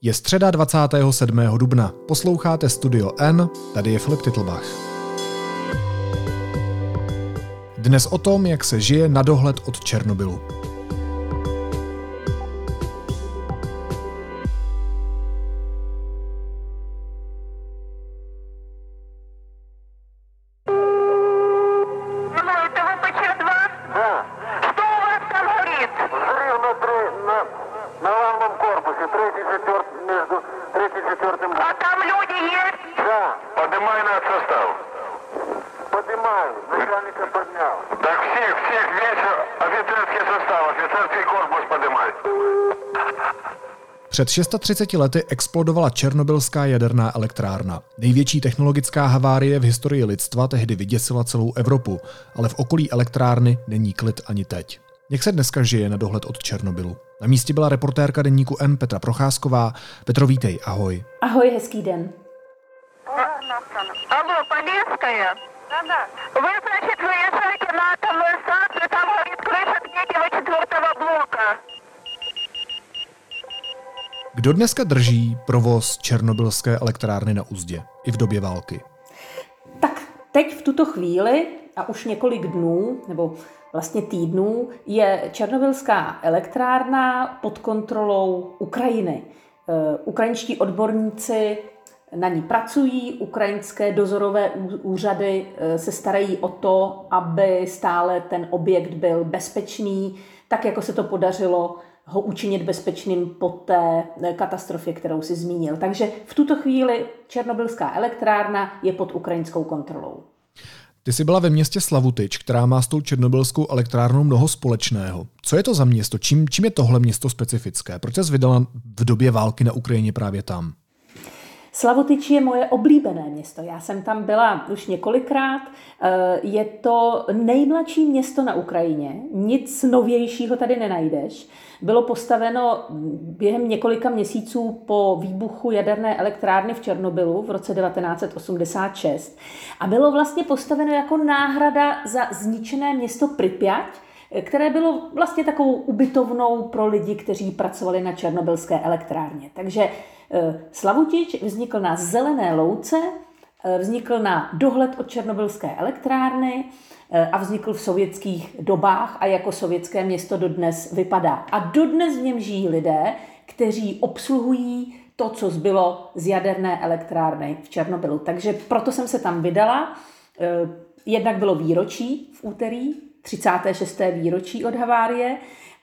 Je středa 27. dubna. Posloucháte Studio N, tady je Filip Titlbach. Dnes o tom, jak se žije na dohled od Černobylu. Před 630 lety explodovala černobylská jaderná elektrárna. Největší technologická havárie v historii lidstva tehdy vyděsila celou Evropu, ale v okolí elektrárny není klid ani teď. Jak se dneska žije na dohled od Černobylu? Na místě byla reportérka deníku N Petra Procházková. Petro, vítej, ahoj. Ahoj, hezký den. Алло, Полесская? Да. Вы, значит, выезжаете на атомную станцию, там горит крыша третьего, четвертого блока. Kdo dneska drží provoz černobylské elektrárny na Uzdě i v době války? Tak teď v tuto chvíli a už několik dnů, nebo vlastně týdnů, je černobylská elektrárna pod kontrolou Ukrajiny. Ukrajinští odborníci na ní pracují, ukrajinské dozorové úřady se starají o to, aby stále ten objekt byl bezpečný, tak jako se to podařilo ho učinit bezpečným po té katastrofě, kterou si zmínil. Takže v tuto chvíli černobylská elektrárna je pod ukrajinskou kontrolou. Ty jsi byla ve městě Slavutyč, která má s tou černobylskou elektrárnou mnoho společného. Co je to za město? Čím je tohle město specifické? Proč jsi vydala v době války na Ukrajině právě tam? Slavutyč je moje oblíbené město. Já jsem tam byla už několikrát. Je to nejmladší město na Ukrajině. Nic novějšího tady nenajdeš. Bylo postaveno během několika měsíců po výbuchu jaderné elektrárny v Černobylu v roce 1986 a bylo vlastně postaveno jako náhrada za zničené město Pripyat, které bylo vlastně takovou ubytovnou pro lidi, kteří pracovali na černobylské elektrárně. Takže Slavutyč vznikl na zelené louce, vznikl na dohled od černobylské elektrárny a vznikl v sovětských dobách a jako sovětské město dodnes vypadá. A dodnes v něm žijí lidé, kteří obsluhují to, co zbylo z jaderné elektrárny v Černobylu. Takže proto jsem se tam vydala. Jednak bylo výročí v úterý, 36. výročí od havárie,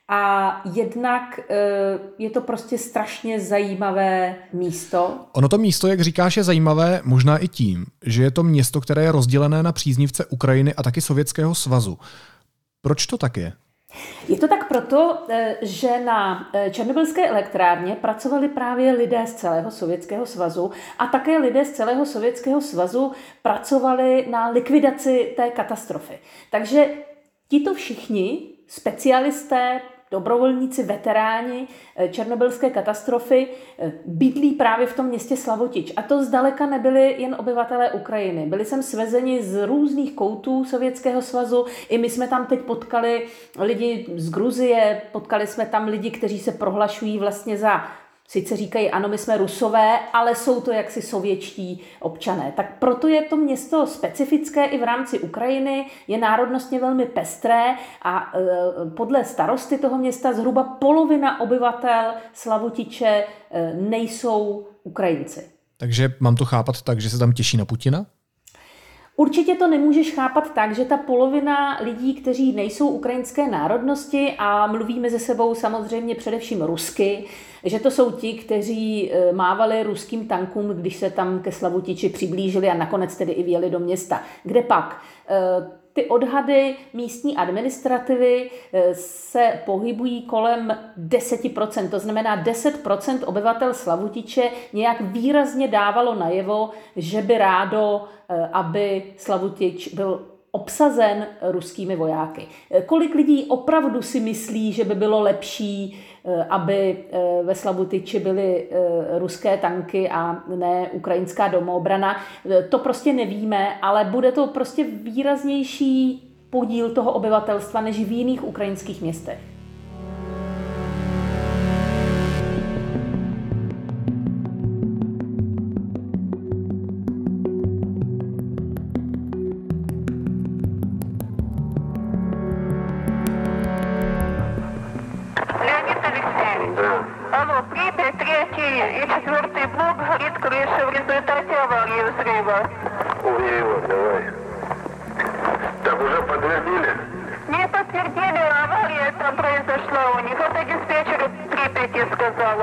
a jednak je to prostě strašně zajímavé místo. Ono to místo, jak říkáš, je zajímavé možná i tím, že je to město, které je rozdělené na příznivce Ukrajiny a taky Sovětského svazu. Proč to tak je? Je to tak proto, že na černobylské elektrárně pracovali právě lidé z celého Sovětského svazu a také lidé z celého Sovětského svazu pracovali na likvidaci té katastrofy. Takže tito všichni specialisté, dobrovolníci, veteráni černobylské katastrofy bydlí právě v tom městě Slavutyč. A to zdaleka nebyli jen obyvatelé Ukrajiny. Byli sem svezeni z různých koutů Sovětského svazu. I my jsme tam teď potkali lidi z Gruzie, potkali jsme tam lidi, kteří se prohlašují vlastně za, sice říkají, ano, my jsme Rusové, ale jsou to jaksi sovětští občané. Tak proto je to město specifické i v rámci Ukrajiny, je národnostně velmi pestré a podle starosty toho města zhruba polovina obyvatel Slavutyče nejsou Ukrajinci. Takže mám to chápat tak, že se tam těší na Putina? Určitě to nemůžeš chápat tak, že ta polovina lidí, kteří nejsou ukrajinské národnosti a mluví mezi sebou samozřejmě především rusky, že to jsou ti, kteří mávali ruským tankům, když se tam ke Slavutyči přiblížili a nakonec tedy i vjeli do města. Kde pak? Ty odhady místní administrativy se pohybují kolem 10%, to znamená 10% obyvatel Slavutyče nějak výrazně dávalo najevo, že by rádo, aby Slavutyč byl obsazen ruskými vojáky. Kolik lidí opravdu si myslí, že by bylo lepší, aby ve Slavutyči byly ruské tanky a ne ukrajinská domoobrana, to prostě nevíme, ale bude to prostě výraznější podíl toho obyvatelstva než v jiných ukrajinských městech. Припять, 3 и 4 блок горит крыша в результате аварии взрыва. Ой, давай. Так уже подтвердили? Не подтвердили, авария там произошла у них. Это диспетчер Припяти сказала.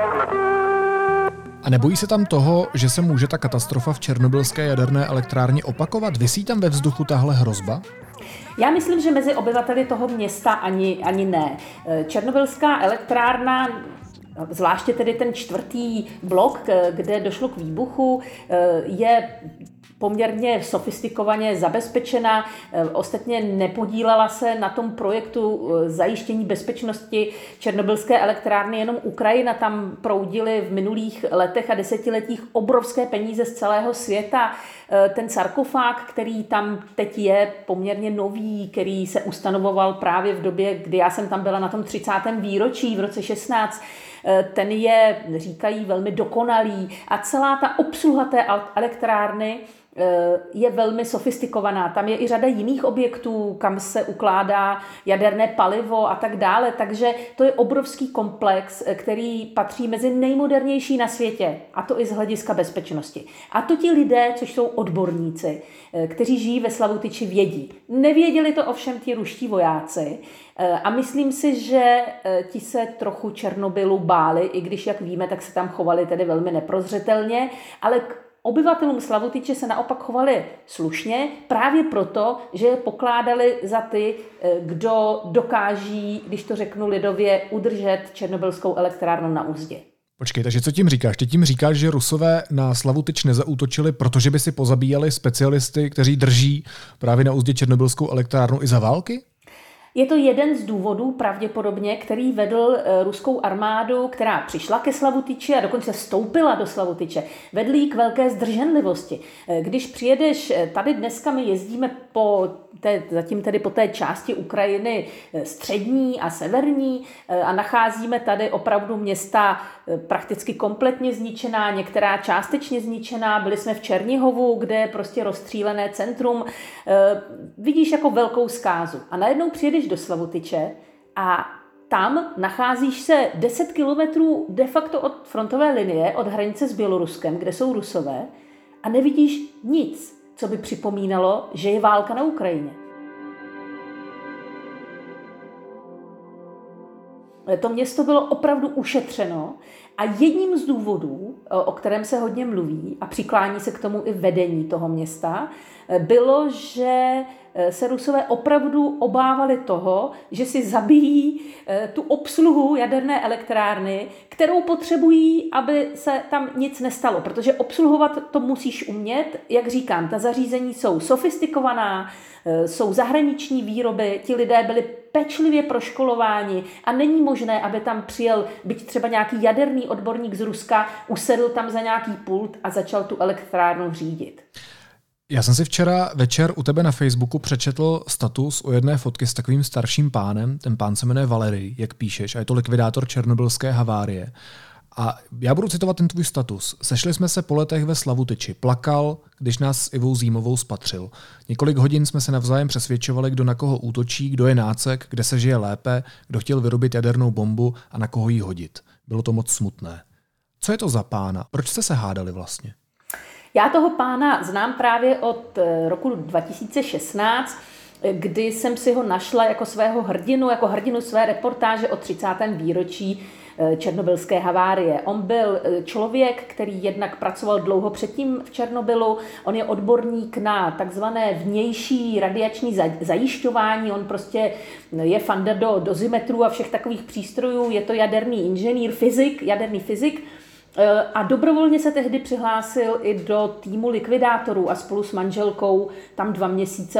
A nebojí se tam toho, že se může ta katastrofa v černobylské jaderné elektrárně opakovat? Visí tam ve vzduchu tahle hrozba? Já myslím, že mezi obyvateli toho města ani ne. Černobylská elektrárna, zvláště tedy ten 4. blok, kde došlo k výbuchu, je poměrně sofistikovaně zabezpečena. Ostatně nepodílela se na tom projektu zajištění bezpečnosti černobylské elektrárny jenom Ukrajina. Tam proudily v minulých letech a desetiletích obrovské peníze z celého světa. Ten sarkofág, který tam teď je poměrně nový, který se ustanovoval právě v době, kdy já jsem tam byla na tom 30. výročí v roce 16, ten je, říkají, velmi dokonalý a celá ta obsluha té elektrárny je velmi sofistikovaná. Tam je i řada jiných objektů, kam se ukládá jaderné palivo a tak dále. Takže to je obrovský komplex, který patří mezi nejmodernější na světě. A to i z hlediska bezpečnosti. A to ti lidé, což jsou odborníci, kteří žijí ve Slavutyči, vědí. Nevěděli to ovšem ti ruští vojáci. A myslím si, že ti se trochu Černobylu báli, i když, jak víme, tak se tam chovali tedy velmi neprozřetelně, ale obyvatelům Slavutyče se naopak chovali slušně, právě proto, že je pokládali za ty, kdo dokáží, když to řeknu lidově, udržet černobylskou elektrárnu na uzdě. Počkej, takže co tím říkáš? Ty tím říkáš, že Rusové na Slavutyč nezaútočili, protože by si pozabíjali specialisty, kteří drží právě na uzdě černobylskou elektrárnu i za války? Je to jeden z důvodů pravděpodobně, který vedl ruskou armádu, která přišla ke Slavutyči a dokonce vstoupila do Slavutyče. Vedl jí k velké zdrženlivosti. Když přijedeš, tady dneska my jezdíme zatím tedy po té části Ukrajiny střední a severní a nacházíme tady opravdu města prakticky kompletně zničená, některá částečně zničená. Byli jsme v Černihovu, kde je prostě rozstřílené centrum. Vidíš jako velkou zkázu. A najednou přijedeš do Slavutyče a tam nacházíš se 10 kilometrů de facto od frontové linie, od hranice s Běloruskem, kde jsou Rusové, a nevidíš nic, co by připomínalo, že je válka na Ukrajině. To město bylo opravdu ušetřeno a jedním z důvodů, o kterém se hodně mluví a přiklání se k tomu i vedení toho města, bylo, že se Rusové opravdu obávali toho, že si zabijí tu obsluhu jaderné elektrárny, kterou potřebují, aby se tam nic nestalo. Protože obsluhovat to musíš umět. Jak říkám, ta zařízení jsou sofistikovaná, jsou zahraniční výroby, ti lidé byli pečlivě proškolováni a není možné, aby tam přijel byť třeba nějaký jaderný odborník z Ruska, usedl tam za nějaký pult a začal tu elektrárnu řídit. Já jsem si včera večer u tebe na Facebooku přečetl status o jedné fotky s takovým starším pánem. Ten pán se jmenuje Valerij, jak píšeš, a je to likvidátor černobylské havárie. A já budu citovat ten tvůj status. Sešli jsme se po letech ve Slavutyči. Plakal, když nás s Ivou Zímovou spatřil. Několik hodin jsme se navzájem přesvědčovali, kdo na koho útočí, kdo je nácek, kde se žije lépe, kdo chtěl vyrobit jadernou bombu a na koho ji hodit. Bylo to moc smutné. Co je to za pána? Proč jste se hádali vlastně? Já toho pána znám právě od roku 2016, kdy jsem si ho našla jako svého hrdinu, jako hrdinu své reportáže o 30. výročí černobylské havárie. On byl člověk, který jednak pracoval dlouho předtím v Černobylu, on je odborník na takzvané vnější radiační zajišťování, on prostě je fanda do dozimetrů a všech takových přístrojů, je to jaderný inženýr, jaderný fyzik, a dobrovolně se tehdy přihlásil i do týmu likvidátorů a spolu s manželkou tam 2 měsíce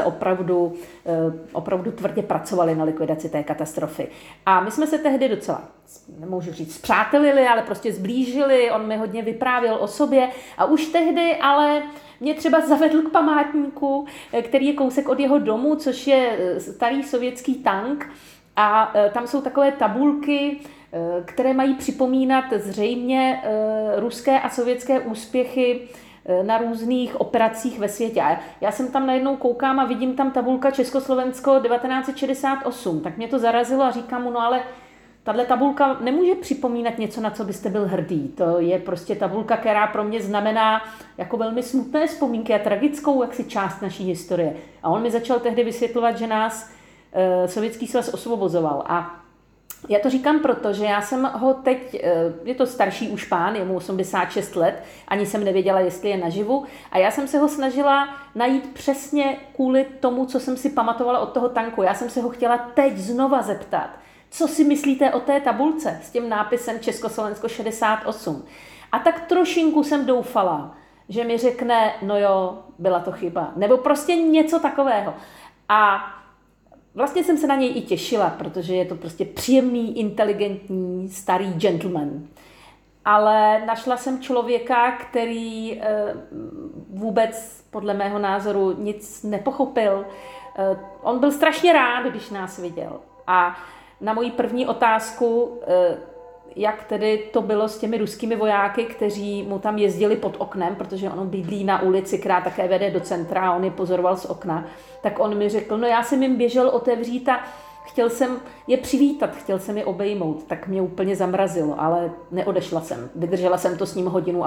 opravdu tvrdě pracovali na likvidaci té katastrofy. A my jsme se tehdy docela, nemůžu říct spřátelili, ale prostě zblížili, on mi hodně vyprávěl o sobě a už tehdy ale mě třeba zavedl k památníku, který je kousek od jeho domu, což je starý sovětský tank a tam jsou takové tabulky, které mají připomínat zřejmě ruské a sovětské úspěchy na různých operacích ve světě. A já jsem tam najednou koukám a vidím tam tabulka Československo 1968, tak mě to zarazilo a říkám mu, no ale tahle tabulka nemůže připomínat něco, na co byste byl hrdý. To je prostě tabulka, která pro mě znamená jako velmi smutné vzpomínky a tragickou jaksi část naší historie. A on mi začal tehdy vysvětlovat, že nás Sovětský svaz osvobozoval. A já to říkám proto, že já jsem ho teď, je to starší už pán, je mu 86 let, ani jsem nevěděla, jestli je naživu, a já jsem se ho snažila najít přesně kvůli tomu, co jsem si pamatovala od toho tanku. Já jsem se ho chtěla teď znova zeptat, co si myslíte o té tabulce s tím nápisem Československo 68. A tak trošinku jsem doufala, že mi řekne, no jo, byla to chyba, nebo prostě něco takového. A vlastně jsem se na něj i těšila, protože je to prostě příjemný, inteligentní, starý gentleman. Ale našla jsem člověka, který vůbec, podle mého názoru, nic nepochopil. On byl strašně rád, když nás viděl. A na moji první otázku, jak tedy to bylo s těmi ruskými vojáky, kteří mu tam jezdili pod oknem, protože on bydlí na ulici, která také vede do centra a on je pozoroval z okna, tak on mi řekl, no já jsem jim běžel otevřít a chtěl jsem je přivítat, chtěl jsem je obejmout, tak mě úplně zamrazilo, ale neodešla jsem, vydržela jsem to s ním 1,5 hodiny.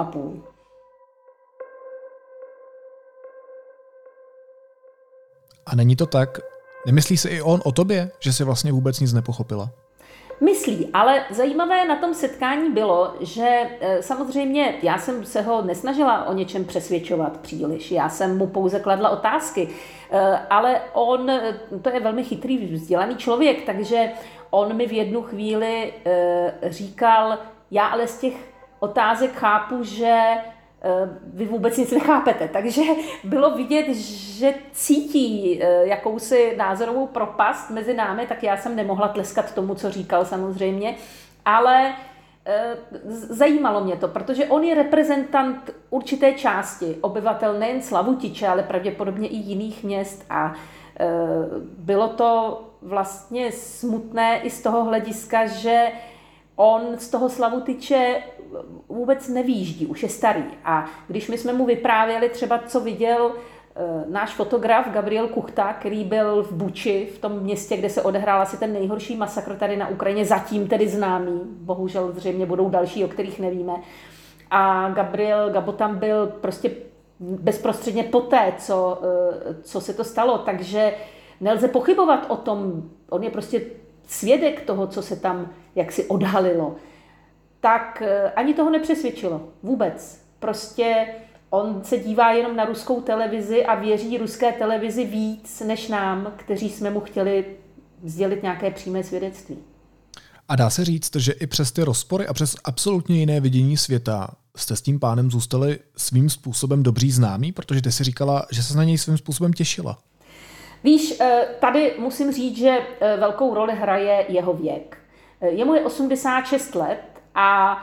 A není to tak? Nemyslí si i on o tobě, že si vlastně vůbec nic nepochopila? Myslí, ale zajímavé na tom setkání bylo, že samozřejmě já jsem se ho nesnažila o něčem přesvědčovat příliš, já jsem mu pouze kladla otázky, ale on, to je velmi chytrý, vzdělaný člověk, takže on mi v jednu chvíli říkal, já ale z těch otázek chápu, že vy vůbec nic nechápete. Takže bylo vidět, že cítí jakousi názorovou propast mezi námi, tak já jsem nemohla tleskat tomu, co říkal samozřejmě, ale zajímalo mě to, protože on je reprezentant určité části obyvatel nejen Slavutiče, ale pravděpodobně i jiných měst a bylo to vlastně smutné i z toho hlediska, že on z toho Slavutiče vůbec nevýjíždí, už je starý. A když my jsme mu vyprávěli třeba, co viděl náš fotograf Gabriel Kuchta, který byl v Buči, v tom městě, kde se odehrál asi ten nejhorší masakr tady na Ukrajině, zatím tedy známý, bohužel zřejmě budou další, o kterých nevíme. A Gabo tam byl prostě bezprostředně poté, co se to stalo, takže nelze pochybovat o tom, on je prostě svědek toho, co se tam jaksi odhalilo. Tak ani toho nepřesvědčilo. Vůbec. Prostě on se dívá jenom na ruskou televizi a věří ruské televizi víc než nám, kteří jsme mu chtěli sdělit nějaké přímé svědectví. A dá se říct, že i přes ty rozpory a přes absolutně jiné vidění světa jste s tím pánem zůstali svým způsobem dobří známí, protože ty si říkala, že se na něj svým způsobem těšila. Víš, tady musím říct, že velkou roli hraje jeho věk. Jemu je 86 let a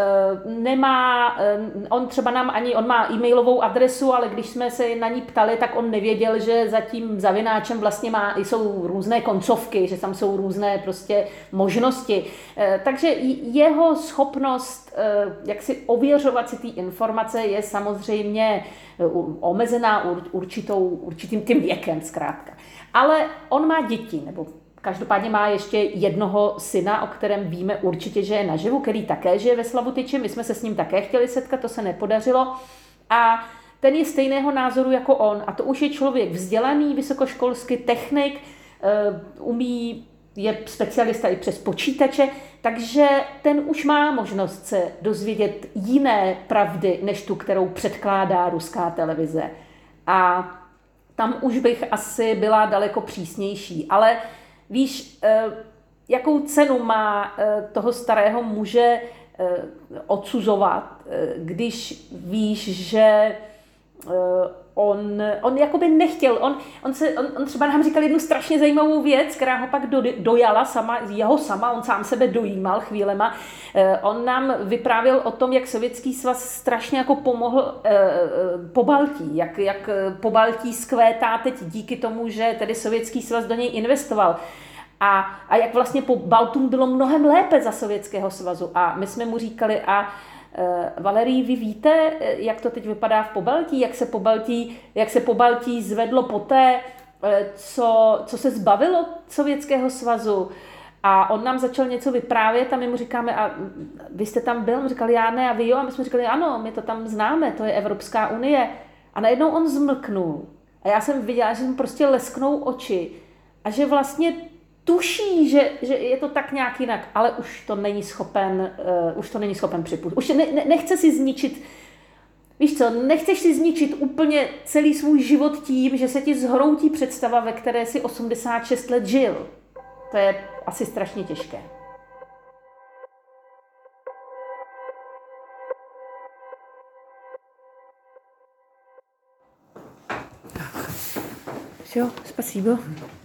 nemá, on třeba nám ani, on má e-mailovou adresu, ale když jsme se na ní ptali, tak on nevěděl, že za tím zavináčem vlastně jsou různé koncovky, že tam jsou různé prostě možnosti. Takže jeho schopnost jak si ověřovat si ty informace je samozřejmě omezená určitým tím věkem zkrátka. Ale on má děti, nebo každopádně má ještě jednoho syna, o kterém víme určitě, že je naživu, který také žije ve Slavutiči. My jsme se s ním také chtěli setkat, to se nepodařilo. A ten je stejného názoru jako on. A to už je člověk vzdělaný, vysokoškolský technik, je specialista i přes počítače, takže ten už má možnost se dozvědět jiné pravdy, než tu, kterou předkládá ruská televize. A tam už bych asi byla daleko přísnější. Ale víš, jakou cenu má toho starého muže odsuzovat, když víš, že on jakoby nechtěl, on třeba nám říkal jednu strašně zajímavou věc, která ho pak dojala sama, on sám sebe dojímal chvílema. On nám vyprávěl o tom, jak Sovětský svaz strašně jako pomohl Pobaltí, jak Pobaltí skvétá teď díky tomu, že tedy Sovětský svaz do něj investoval. A jak vlastně po Baltům bylo mnohem lépe za Sovětského svazu. A my jsme mu říkali, Valerii, vy víte, jak to teď vypadá v Pobaltí, jak se Pobaltí zvedlo poté, co se zbavilo Sovětského svazu. A on nám začal něco vyprávět a my mu říkáme, a vy jste tam byl? On říkal, já ne, a vy jo? A my jsme říkali, ano, my to tam známe, to je Evropská unie. A najednou on zmlknul. A já jsem viděla, že mu prostě lesknou oči a že vlastně tuší, že je to tak nějak jinak, ale už to není schopen připustit. Už nechce si zničit, víš co, nechceš si zničit úplně celý svůj život tím, že se ti zhroutí představa, ve které si 86 let žil. To je asi strašně těžké. Все, спасибо.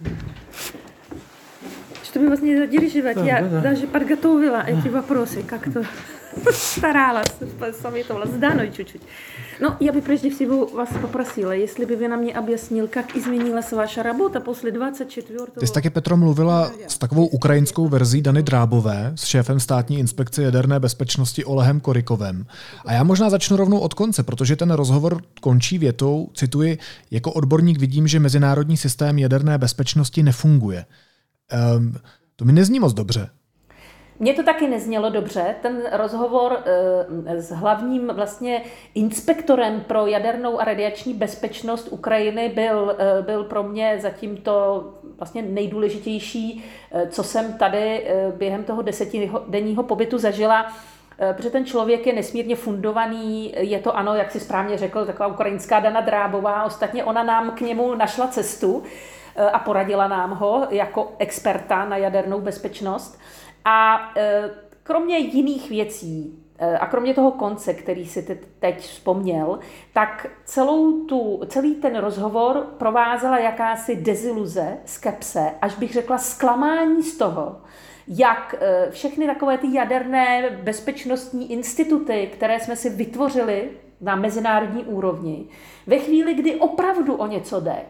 Что меня вас не задерживать, я даже подготовила эти вопросы, как-то старалась, сами to сдано чуть-чуть. No, já bych прежде всего vás poprosila, jestli by vy na mě objasnil, jak změnila se vaša работа после 24. Ty jsi taky, Petro, mluvila s takovou ukrajinskou verzí Dany Drábové, s šéfem státní inspekce jaderné bezpečnosti Olehem Korykovem. A já možná začnu rovnou od konce, protože ten rozhovor končí větou, cituji, jako odborník vidím, že mezinárodní systém jaderné bezpečnosti nefunguje. To mi nezní moc dobře. Mně to taky neznělo dobře. Ten rozhovor s hlavním vlastně inspektorem pro jadernou a radiační bezpečnost Ukrajiny byl pro mě zatím to vlastně nejdůležitější, co jsem tady během toho 10denního pobytu zažila. Protože ten člověk je nesmírně fundovaný, je to ano, jak si správně řekl, taková ukrajinská Dana Drábová. Ostatně ona nám k němu našla cestu a poradila nám ho jako experta na jadernou bezpečnost. A kromě jiných věcí a kromě toho konce, který si teď vzpomněl, tak celý ten rozhovor provázela jakási deziluze, skepse, až bych řekla zklamání z toho, jak všechny takové ty jaderné bezpečnostní instituty, které jsme si vytvořili na mezinárodní úrovni, ve chvíli, kdy opravdu o něco jde,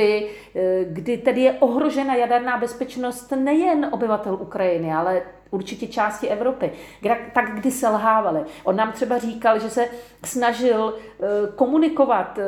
kdy tedy je ohrožena jaderná bezpečnost nejen obyvatel Ukrajiny, ale určitě části Evropy, tak kdy selhávali. On nám třeba říkal, že se snažil komunikovat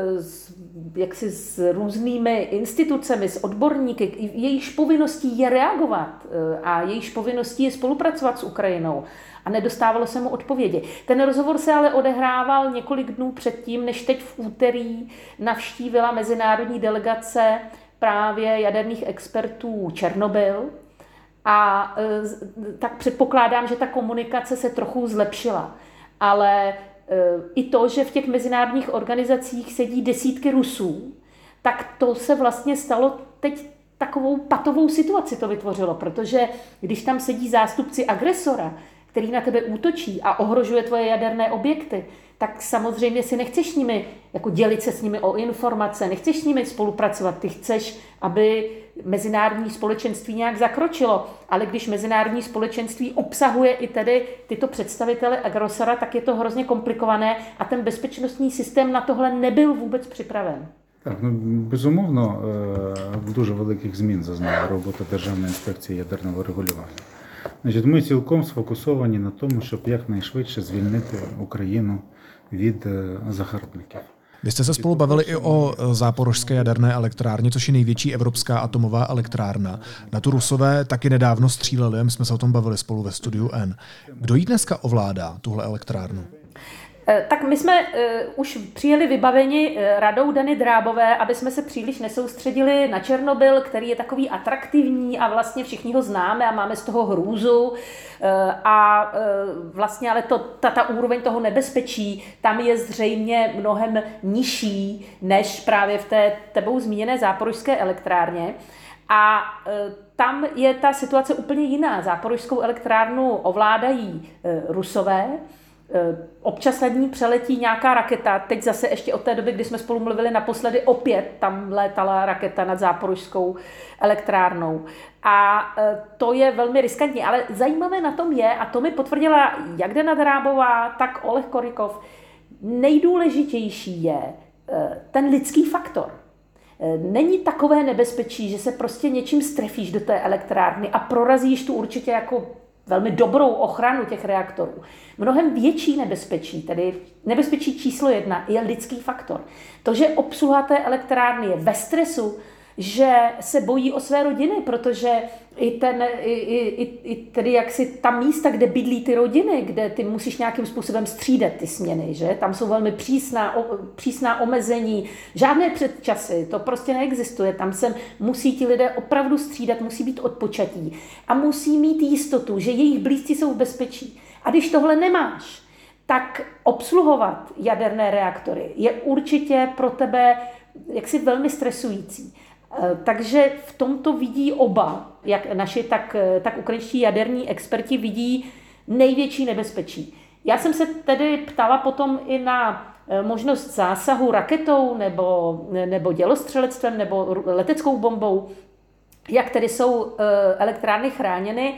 s různými institucemi, s odborníky, jejichž povinností je reagovat a jejichž povinností je spolupracovat s Ukrajinou. A nedostávalo se mu odpovědi. Ten rozhovor se ale odehrával několik dnů předtím, než teď v úterý navštívila mezinárodní delegace právě jaderných expertů Černobyl. A tak předpokládám, že ta komunikace se trochu zlepšila. Ale i to, že v těch mezinárodních organizacích sedí desítky Rusů, tak to se vlastně stalo teď takovou patovou situaci to vytvořilo, protože když tam sedí zástupci agresora, který na tebe útočí a ohrožuje tvoje jaderné objekty, tak samozřejmě si nechceš s nimi jako dělit se s nimi o informace, nechceš s nimi spolupracovat, ty chceš, aby mezinárodní společenství nějak zakročilo, ale když mezinárodní společenství obsahuje i tedy tyto představitele agresora, tak je to hrozně komplikované a ten bezpečnostní systém na tohle nebyl vůbec připraven. Так, безумовно, дуже великих змін зазнала робота Державної інспекції ядерного регулювання. Значить, ми цілком сфокусовані на тому, щоб якнайшвидше звільнити Україну від загарбників. Vy jste se spolu bavili i o Záporožské jaderné elektrárně, což je největší evropská atomová elektrárna. Na tu Rusové taky nedávno stříleli, my jsme se o tom bavili spolu ve Studiu N. Kdo ji dneska ovládá, tuhle elektrárnu? Tak my jsme už přijeli vybaveni radou Dany Drábové, aby jsme se příliš nesoustředili na Černobyl, který je takový atraktivní a vlastně všichni ho známe a máme z toho hrůzu. A vlastně ale ta úroveň toho nebezpečí tam je zřejmě mnohem nižší než právě v té tebou zmíněné Záporožské elektrárně. A tam je ta situace úplně jiná. Záporožskou elektrárnu ovládají Rusové. Občas nad ní přeletí nějaká raketa, teď zase ještě od té doby, kdy jsme spolu mluvili naposledy, opět tam létala raketa nad Záporožskou elektrárnou. A to je velmi riskantní, ale zajímavé na tom je, a to mi potvrdila jak Dana Drábová, tak Oleg Korykov, nejdůležitější je ten lidský faktor. Není takové nebezpečí, že se prostě něčím strefíš do té elektrárny a prorazíš tu určitě jako velmi dobrou ochranu těch reaktorů. Mnohem větší nebezpečí, tedy nebezpečí číslo 1, je lidský faktor. To, že obsluha té elektrárny je ve stresu, že se bojí o své rodiny, protože i tedy jaksi ta místa, kde bydlí ty rodiny, kde ty musíš nějakým způsobem střídat ty směny, že? Tam jsou velmi přísná omezení, žádné předčasy, to prostě neexistuje. Tam se musí ti lidé opravdu střídat, musí být odpočatí a musí mít jistotu, že jejich blízcí jsou v bezpečí. A když tohle nemáš, tak obsluhovat jaderné reaktory je určitě pro tebe jaksi velmi stresující. Takže v tomto vidí oba, jak naši, tak ukrajinští jaderní experti vidí největší nebezpečí. Já jsem se tedy ptala potom i na možnost zásahu raketou nebo dělostřelectvem nebo leteckou bombou, jak tedy jsou elektrárny chráněny.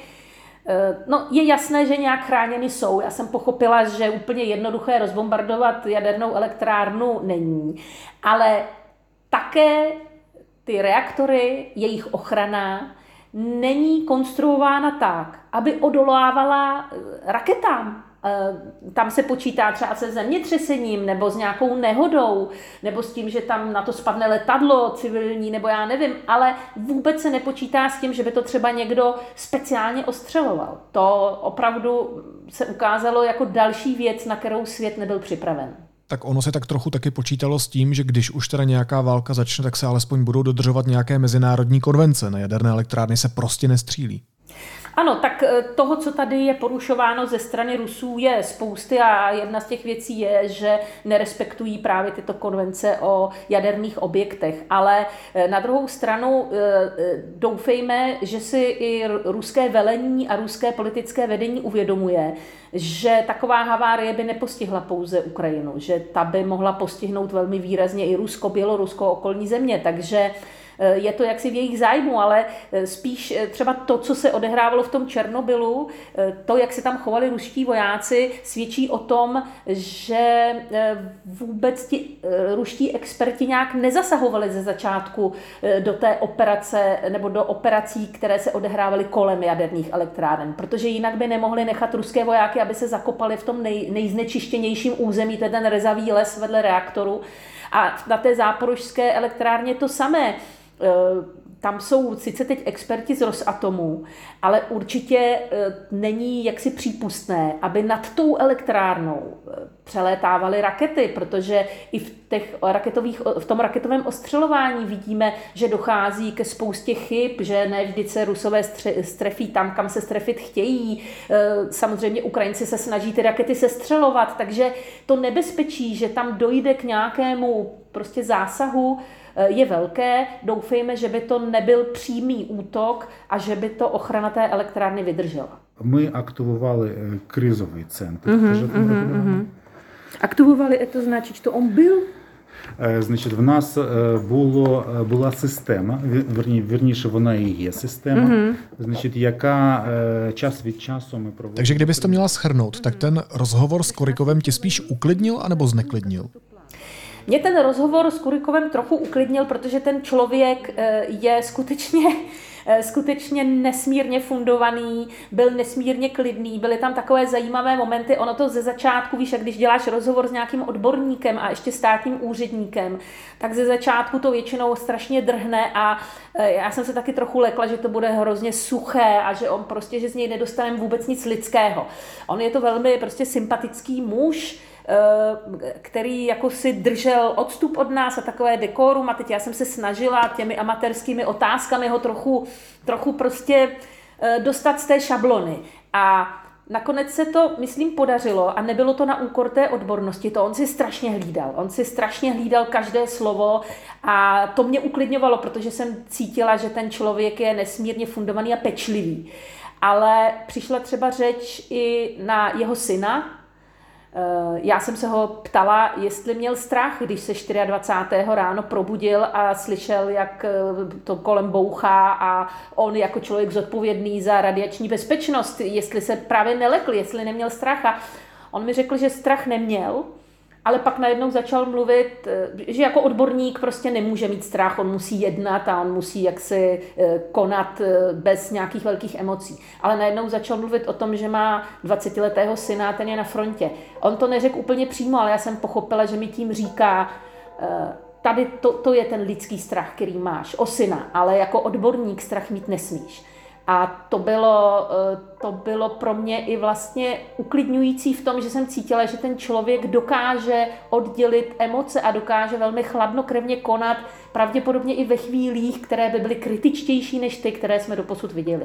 No, je jasné, že nějak chráněny jsou. Já jsem pochopila, že úplně jednoduché rozbombardovat jadernou elektrárnu není. Ale také ty reaktory, jejich ochrana není konstruována tak, aby odolávala raketám. Tam se počítá třeba se zemětřesením nebo s nějakou nehodou, nebo s tím, že tam na to spadne letadlo civilní, nebo já nevím, ale vůbec se nepočítá s tím, že by to třeba někdo speciálně ostřeloval. To opravdu se ukázalo jako další věc, na kterou svět nebyl připraven. Tak ono se tak trochu taky počítalo s tím, že když už teda nějaká válka začne, tak se alespoň budou dodržovat nějaké mezinárodní konvence. Na jaderné elektrárny se prostě nestřílí. Ano, tak toho, co tady je porušováno ze strany Rusů, je spousty a jedna z těch věcí je, že nerespektují právě tyto konvence o jaderných objektech. Ale na druhou stranu doufejme, že si i ruské velení a ruské politické vedení uvědomuje, že taková havárie by nepostihla pouze Ukrajinu, že ta by mohla postihnout velmi výrazně i Rusko, Bělorusko, okolní země, takže je to jaksi v jejich zájmu, ale spíš třeba to, co se odehrávalo v tom Černobylu, to, jak se tam chovali ruští vojáci, svědčí o tom, že vůbec ti ruští experti nějak nezasahovali ze začátku do té operace nebo do operací, které se odehrávaly kolem jaderných elektráren, protože jinak by nemohli nechat ruské vojáky, aby se zakopali v tom nejznečištěnějším území, to je ten rezavý les vedle reaktoru. A na té záporožské elektrárně to samé. Tam jsou sice teď experti z Rosatomu, ale určitě není jaksi přípustné, aby nad tou elektrárnou přelétávaly rakety, protože i v tom raketovém ostřelování vidíme, že dochází ke spoustě chyb, že ne vždy se Rusové strefí tam, kam se strefit chtějí. Samozřejmě Ukrajinci se snaží ty rakety sestřelovat, takže to nebezpečí, že tam dojde k nějakému prostě zásahu, je velké. Doufejme, že by to nebyl přímý útok a že by to ochrana té elektrárny vydržela. Ми активували кризовий центр. Активували, це значить, що він був? Значить, в нас була система, вірніше, вона і є система, значить, яка час від часу ми проводили. Takže kdybyste měla shrnout, tak ten rozhovor s Kurikovem tě spíš uklidnil anebo zneklidnil? Mě ten rozhovor s Kurikovem trochu uklidnil, protože ten člověk je skutečně nesmírně fundovaný, byl nesmírně klidný, byly tam takové zajímavé momenty, ono to ze začátku, víš, jak když děláš rozhovor s nějakým odborníkem a ještě státním úředníkem, tak ze začátku to většinou strašně drhne a já jsem se taky trochu lekla, že to bude hrozně suché a že on prostě, že z něj nedostaneme vůbec nic lidského. On je to velmi prostě sympatický muž, který jako si držel odstup od nás a takové dekorum a teď já jsem se snažila těmi amatérskými otázkami ho trochu prostě dostat z té šablony a nakonec se to, myslím, podařilo a nebylo to na úkor té odbornosti, to on si strašně hlídal každé slovo a to mě uklidňovalo, protože jsem cítila, že ten člověk je nesmírně fundovaný a pečlivý, ale přišla třeba řeč i na jeho syna. Já jsem se ho ptala, jestli měl strach, když se 24. ráno probudil a slyšel, jak to kolem bouchá a on jako člověk zodpovědný za radiační bezpečnost, jestli se právě nelekl, jestli neměl strach. A on mi řekl, že strach neměl, ale pak najednou začal mluvit, že jako odborník prostě nemůže mít strach, on musí jednat a on musí jaksi konat bez nějakých velkých emocí. Ale najednou začal mluvit o tom, že má 20letého syna a ten je na frontě. On to neřekl úplně přímo, ale já jsem pochopila, že mi tím říká, tady to je ten lidský strach, který máš o syna, ale jako odborník strach mít nesmíš. A to bylo pro mě i vlastně uklidňující v tom, že jsem cítila, že ten člověk dokáže oddělit emoce a dokáže velmi chladnokrevně konat, pravděpodobně i ve chvílích, které by byly kritičtější než ty, které jsme doposud viděli.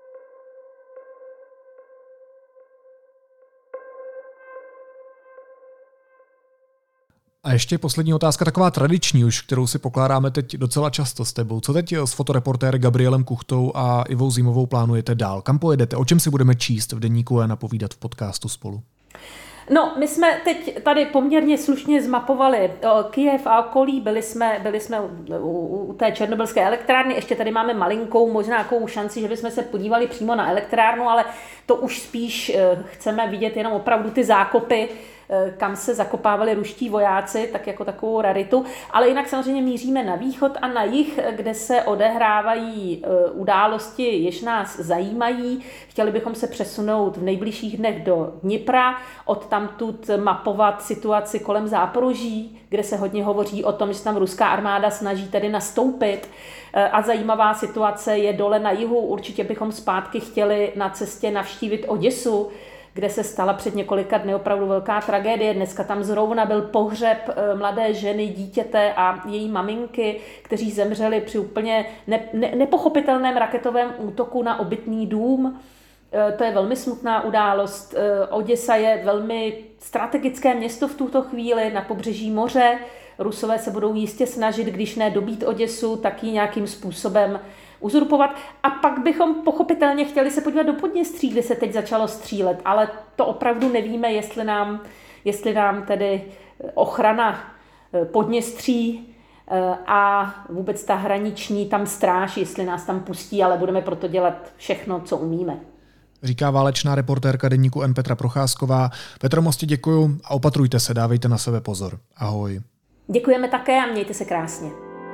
A ještě poslední otázka, taková tradiční už, kterou si pokládáme teď docela často s tebou. Co teď s fotoreportéry Gabrielem Kuchtou a Ivou Zimovou plánujete dál? Kam pojedete? O čem si budeme číst v Deníku N a povídat v podcastu spolu? No, my jsme teď tady poměrně slušně zmapovali Kyjev a okolí, byli jsme u té černobylské elektrárny, ještě tady máme malinkou možná nějakou šanci, že bychom se podívali přímo na elektrárnu, ale to už spíš chceme vidět jenom opravdu ty zákopy, kam se zakopávali ruští vojáci, tak jako takovou raritu. Ale jinak samozřejmě míříme na východ a na jih, kde se odehrávají události, jež nás zajímají. Chtěli bychom se přesunout v nejbližších dnech do Dnipra, odtamtud mapovat situaci kolem Záporoží, kde se hodně hovoří o tom, že se tam ruská armáda snaží tedy nastoupit. A zajímavá situace je dole na jihu. Určitě bychom zpátky chtěli na cestě navštívit Oděsu, kde se stala před několika dny opravdu velká tragédie. Dneska tam zrovna byl pohřeb mladé ženy, dítěte a její maminky, kteří zemřeli při úplně nepochopitelném raketovém útoku na obytný dům. To je velmi smutná událost. Oděsa je velmi strategické město v tuto chvíli na pobřeží moře. Rusové se budou jistě snažit, když ne dobít Oděsu, tak ji nějakým způsobem uzurpovat. A pak bychom pochopitelně chtěli se podívat do Podněstří, kde se teď začalo střílet, ale to opravdu nevíme, jestli nám tedy ochrana Podněstří a vůbec ta hraniční tam stráž, jestli nás tam pustí, ale budeme proto dělat všechno, co umíme. Říká válečná reportérka Deníku N Petra Procházková. Petro, moc ti děkuju a opatrujte se, dávejte na sebe pozor. Ahoj. Děkujeme také a mějte se krásně.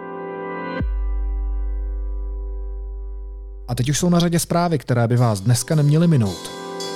A teď už jsou na řadě zprávy, které by vás dneska neměly minout.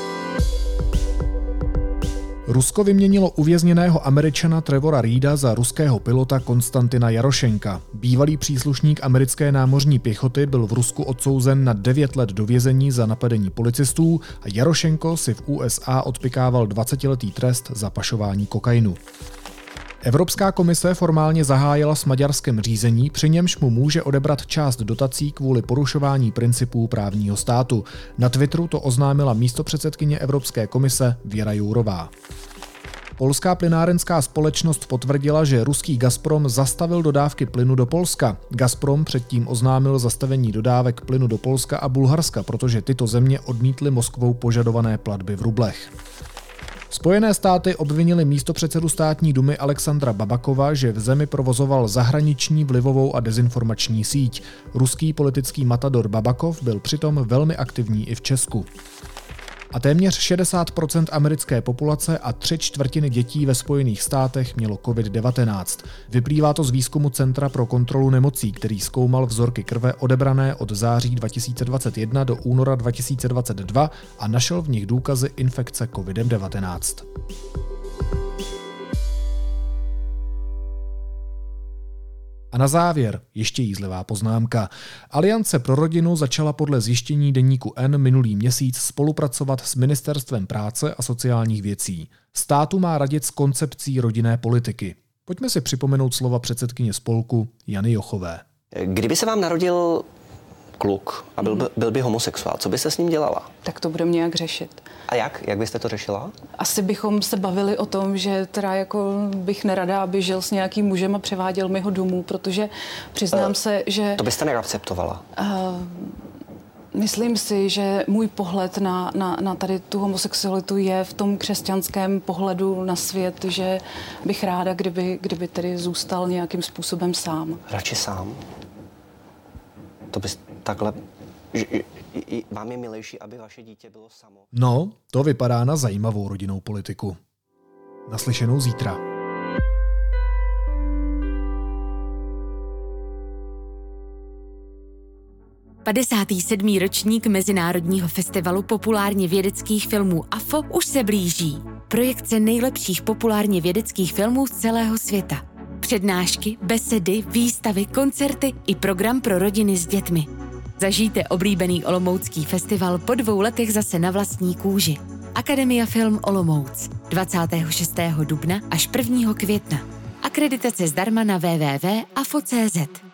Rusko vyměnilo uvězněného Američana Trevora Reeda za ruského pilota Konstantina Jarošenka. Bývalý příslušník americké námořní pěchoty byl v Rusku odsouzen na 9 let do vězení za napadení policistů a Jarošenko si v USA odpykával 20letý trest za pašování kokainu. Evropská komise formálně zahájila s Maďarskem řízení, při němž mu může odebrat část dotací kvůli porušování principů právního státu. Na Twitteru to oznámila místopředsedkyně Evropské komise Věra Jourová. Polská plynárenská společnost potvrdila, že ruský Gazprom zastavil dodávky plynu do Polska. Gazprom předtím oznámil zastavení dodávek plynu do Polska a Bulharska, protože tyto země odmítly Moskvou požadované platby v rublech. Spojené státy obvinili místopředsedu státní dumy Alexandra Babakova, že v zemi provozoval zahraniční vlivovou a dezinformační síť. Ruský politický matador Babakov byl přitom velmi aktivní i v Česku. A téměř 60% americké populace a 3/4 dětí ve Spojených státech mělo COVID-19. Vyplývá to z výzkumu Centra pro kontrolu nemocí, který zkoumal vzorky krve odebrané od září 2021 do února 2022 a našel v nich důkazy infekce COVID-19. A na závěr ještě jízlivá poznámka. Aliance pro rodinu začala podle zjištění Deníku N minulý měsíc spolupracovat s Ministerstvem práce a sociálních věcí. Státu má radit s koncepcí rodinné politiky. Pojďme si připomenout slova předsedkyně spolku Jany Jochové. Kdyby se vám narodil kluk a byl by homosexuál, co byste s ním dělala? Tak to budeme nějak řešit. A jak? Jak byste to řešila? Asi bychom se bavili o tom, že teda jako bych nerada, aby žil s nějakým mužem a převáděl mi ho domů, protože přiznám se, že... To byste neakceptovala? Myslím si, že můj pohled na tady tu homosexualitu je v tom křesťanském pohledu na svět, že bych ráda, kdyby tedy zůstal nějakým způsobem sám. Radši sám? To bys takhle... Vám je milejší, aby vaše dítě bylo samo? No, to vypadá na zajímavou rodinnou politiku. Naslyšenou zítra. ...57. ročník Mezinárodního festivalu populárně vědeckých filmů AFO už se blíží. Projekce nejlepších populárně vědeckých filmů z celého světa. Přednášky, besedy, výstavy, koncerty i program pro rodiny s dětmi. Zažijte oblíbený olomoucký festival po 2 letech zase na vlastní kůži. Akademia Film Olomouc 26. dubna až 1. května. Akreditace zdarma na www.afo.cz.